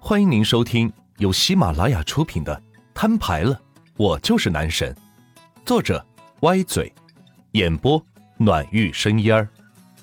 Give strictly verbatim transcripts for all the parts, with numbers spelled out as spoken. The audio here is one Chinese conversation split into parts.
欢迎您收听由喜马拉雅出品的《摊牌了，我就是男神》，作者歪嘴，演播暖玉生烟儿。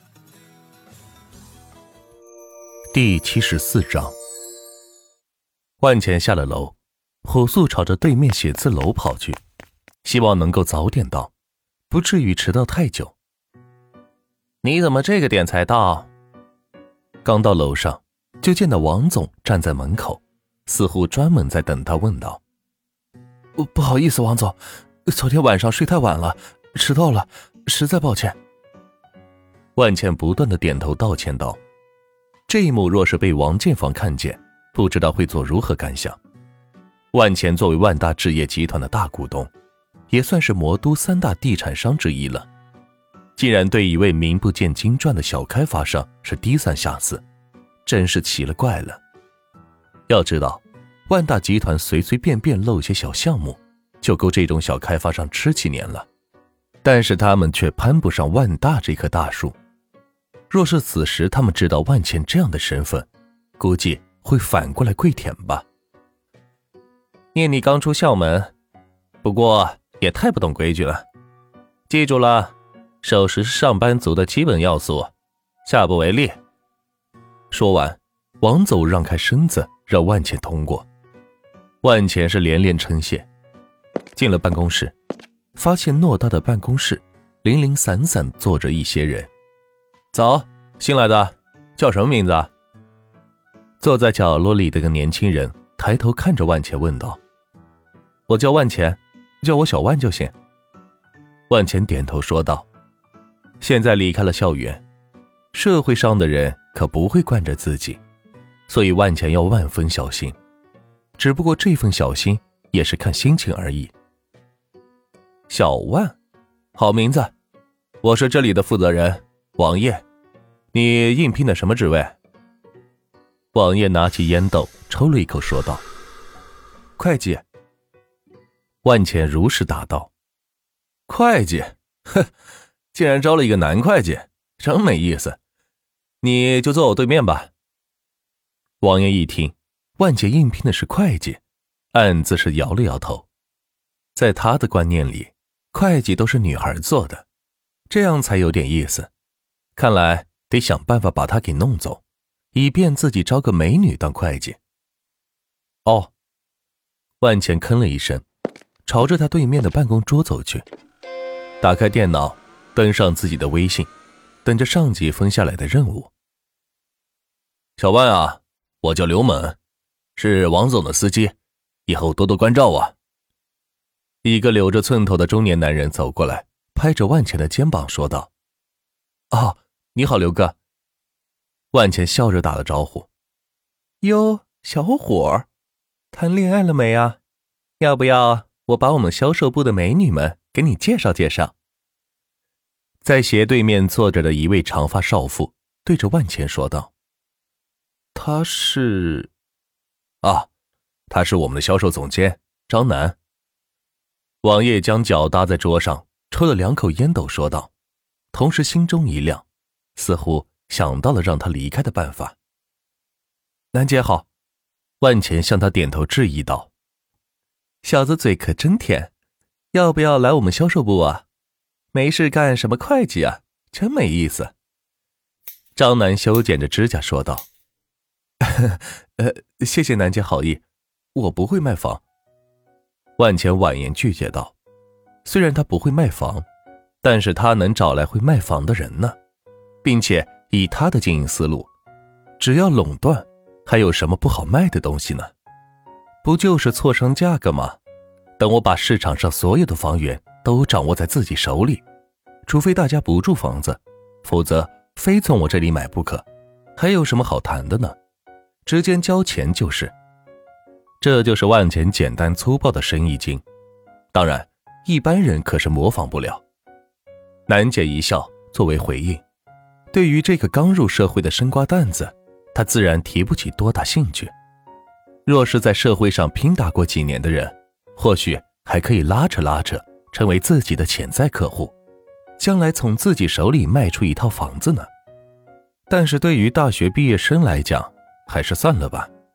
第七十四章。万钱下了楼，火速朝着对面写字楼跑去，希望能够早点到，不至于迟到太久。你怎么这个点才到？刚到楼上，就见到王总站在门口，似乎专门在等他，问道：不好意思，王总，昨天晚上睡太晚了，迟到了，实在抱歉。万茜不断地点头道歉道。这一幕若是被王建房看见，不知道会做如何感想。万茜作为万大置业集团的大股东，也算是魔都三大地产商之一了，竟然对一位名不见经传的小开发商是低三下四，真是奇了怪了。要知道，万大集团随随便便漏些小项目，就够这种小开发商吃几年了，但是他们却攀不上万大这棵大树。若是此时他们知道万茜这样的身份，估计会反过来跪舔吧。念你刚出校门，不过也太不懂规矩了。记住了，守时是上班族的基本要素，下不为例。说完，王总让开身子，让万茜通过。万茜是连连称谢。进了办公室，发现偌大的办公室零零散散坐着一些人。早，新来的，叫什么名字啊？坐在角落里的个年轻人抬头看着万茜问道。我叫万茜，叫我小万就行。万茜点头说道。现在离开了校园，社会上的人可不会惯着自己，所以万茜要万分小心。只不过这份小心也是看心情而已。小万，好名字，我是这里的负责人王爷，你应聘的什么职位？王爷拿起烟斗抽了一口说道。会计。万茜如实答道。会计，哼，竟然招了一个男会计，真没意思，你就坐我对面吧。王爷一听万茜应聘的是会计，暗自是摇了摇头。在他的观念里，会计都是女孩做的，这样才有点意思。看来得想办法把他给弄走，以便自己招个美女当会计。哦，万茜吭了一声，朝着他对面的办公桌走去，打开电脑，登上自己的微信，等着上级分下来的任务。小万啊，我叫刘猛，是王总的司机，以后多多关照啊。一个留着寸头的中年男人走过来，拍着万茜的肩膀说道。哦，你好刘哥。万茜笑着打了招呼。哟，小伙儿，谈恋爱了没啊？要不要我把我们销售部的美女们给你介绍介绍？在斜对面坐着的一位长发少妇对着万茜说道。他是……啊，他是我们的销售总监张楠。王爷将脚搭在桌上，抽了两口烟斗说道，同时心中一亮，似乎想到了让他离开的办法。楠姐好。万茜向他点头致意道。小子嘴可真甜，要不要来我们销售部啊？没事干什么会计啊，真没意思。张楠修剪着指甲说道。呃，谢谢楠姐好意，我不会卖房。万茜婉言拒绝道。虽然他不会卖房，但是他能找来会卖房的人呢，并且以他的经营思路，只要垄断，还有什么不好卖的东西呢？不就是错商价格吗？等我把市场上所有的房源都掌握在自己手里，除非大家不住房子，否则非从我这里买不可，还有什么好谈的呢？直接交钱就是。这就是万钱简单粗暴的生意经，当然一般人可是模仿不了。楠姐一笑作为回应，对于这个刚入社会的生瓜蛋子，她自然提不起多大兴趣。若是在社会上拼打过几年的人，或许还可以拉扯拉扯，成为自己的潜在客户，将来从自己手里卖出一套房子呢。但是对于大学毕业生来讲，还是算了吧。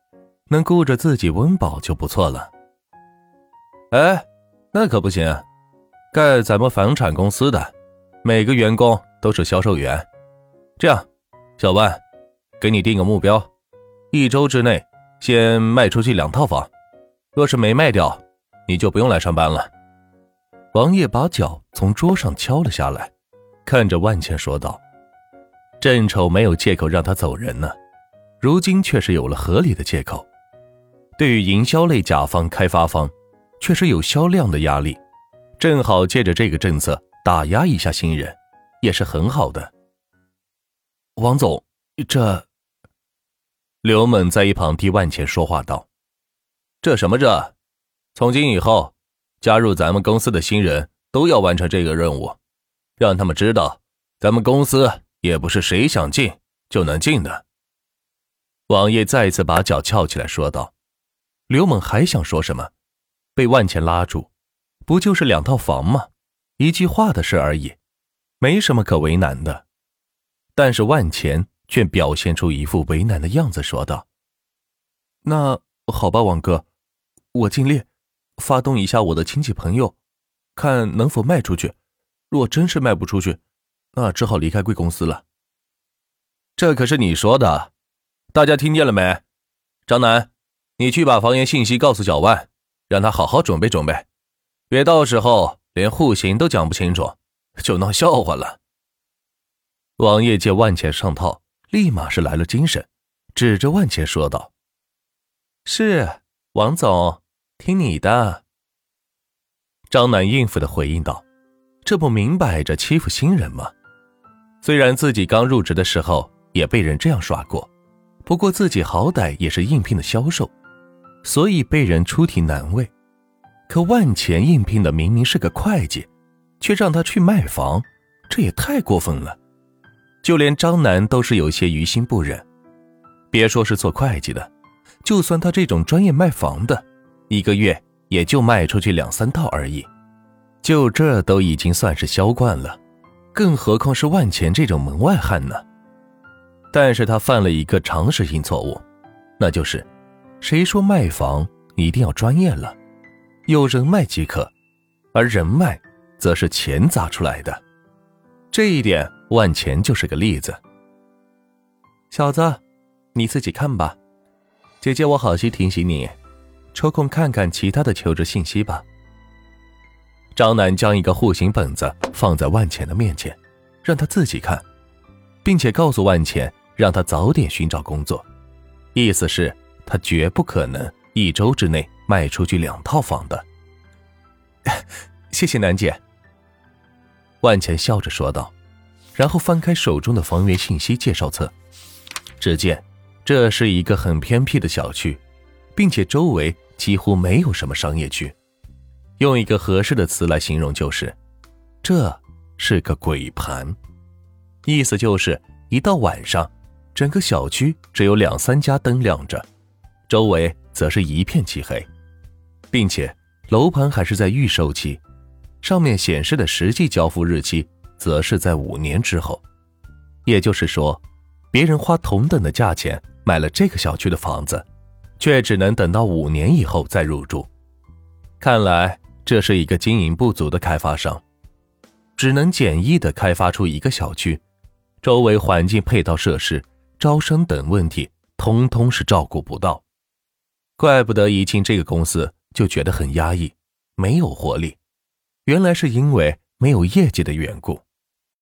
能顾着自己温饱就不错了。哎，那可不行，盖咱们房产公司的，每个员工都是销售员。这样，小万，给你定个目标，一周之内先卖出去两套房，若是没卖掉，你就不用来上班了。王爷把脚从桌上敲了下来，看着万茜说道：正愁没有借口让他走人呢，如今却是有了合理的借口。对于营销类甲方开发方，确实有销量的压力，正好借着这个政策打压一下新人，也是很好的。王总，这……刘猛在一旁替万茜说话道：这什么这？从今以后，加入咱们公司的新人都要完成这个任务，让他们知道咱们公司也不是谁想进就能进的。王爷再次把脚翘起来说道。刘猛还想说什么，被万茜拉住。不就是两套房吗？一句话的事而已，没什么可为难的。但是万茜却表现出一副为难的样子说道：那好吧，王哥，我尽力发动一下我的亲戚朋友，看能否卖出去。若真是卖不出去，那只好离开贵公司了。这可是你说的，大家听见了没？张楠，你去把房源信息告诉小万，让他好好准备准备，别到时候连户型都讲不清楚，就闹笑话了。王爷见万茜上套，立马是来了精神，指着万茜说道：是，王总，听你的。张楠应付的回应道：这不明摆着欺负新人吗？虽然自己刚入职的时候也被人这样耍过，不过自己好歹也是应聘的销售，所以被人出题难为。可万茜应聘的明明是个会计，却让他去卖房，这也太过分了。就连张楠都是有些于心不忍。别说是做会计的，就算他这种专业卖房的，一个月也就卖出去两三套而已，就这都已经算是销冠了，更何况是万茜这种门外汉呢？但是他犯了一个常识性错误，那就是谁说卖房一定要专业了，有人脉即可，而人脉则是钱砸出来的。这一点万茜就是个例子。小子，你自己看吧，姐姐我好心提醒你，抽空看看其他的求职信息吧。张楠将一个户型本子放在万茜的面前，让她自己看，并且告诉万茜让她早点寻找工作，意思是她绝不可能一周之内卖出去两套房的。谢谢楠姐。万茜笑着说道，然后翻开手中的房源信息介绍册，只见这是一个很偏僻的小区，并且周围几乎没有什么商业区，用一个合适的词来形容就是，这是个鬼盘。意思就是一到晚上，整个小区只有两三家灯亮着，周围则是一片漆黑，并且楼盘还是在预售期，上面显示的实际交付日期则是在五年之后。也就是说，别人花同等的价钱买了这个小区的房子，却只能等到五年以后再入住。看来这是一个经营不足的开发商，只能简易的开发出一个小区，周围环境配套设施、招生等问题通通是照顾不到。怪不得一进这个公司就觉得很压抑，没有活力，原来是因为没有业绩的缘故。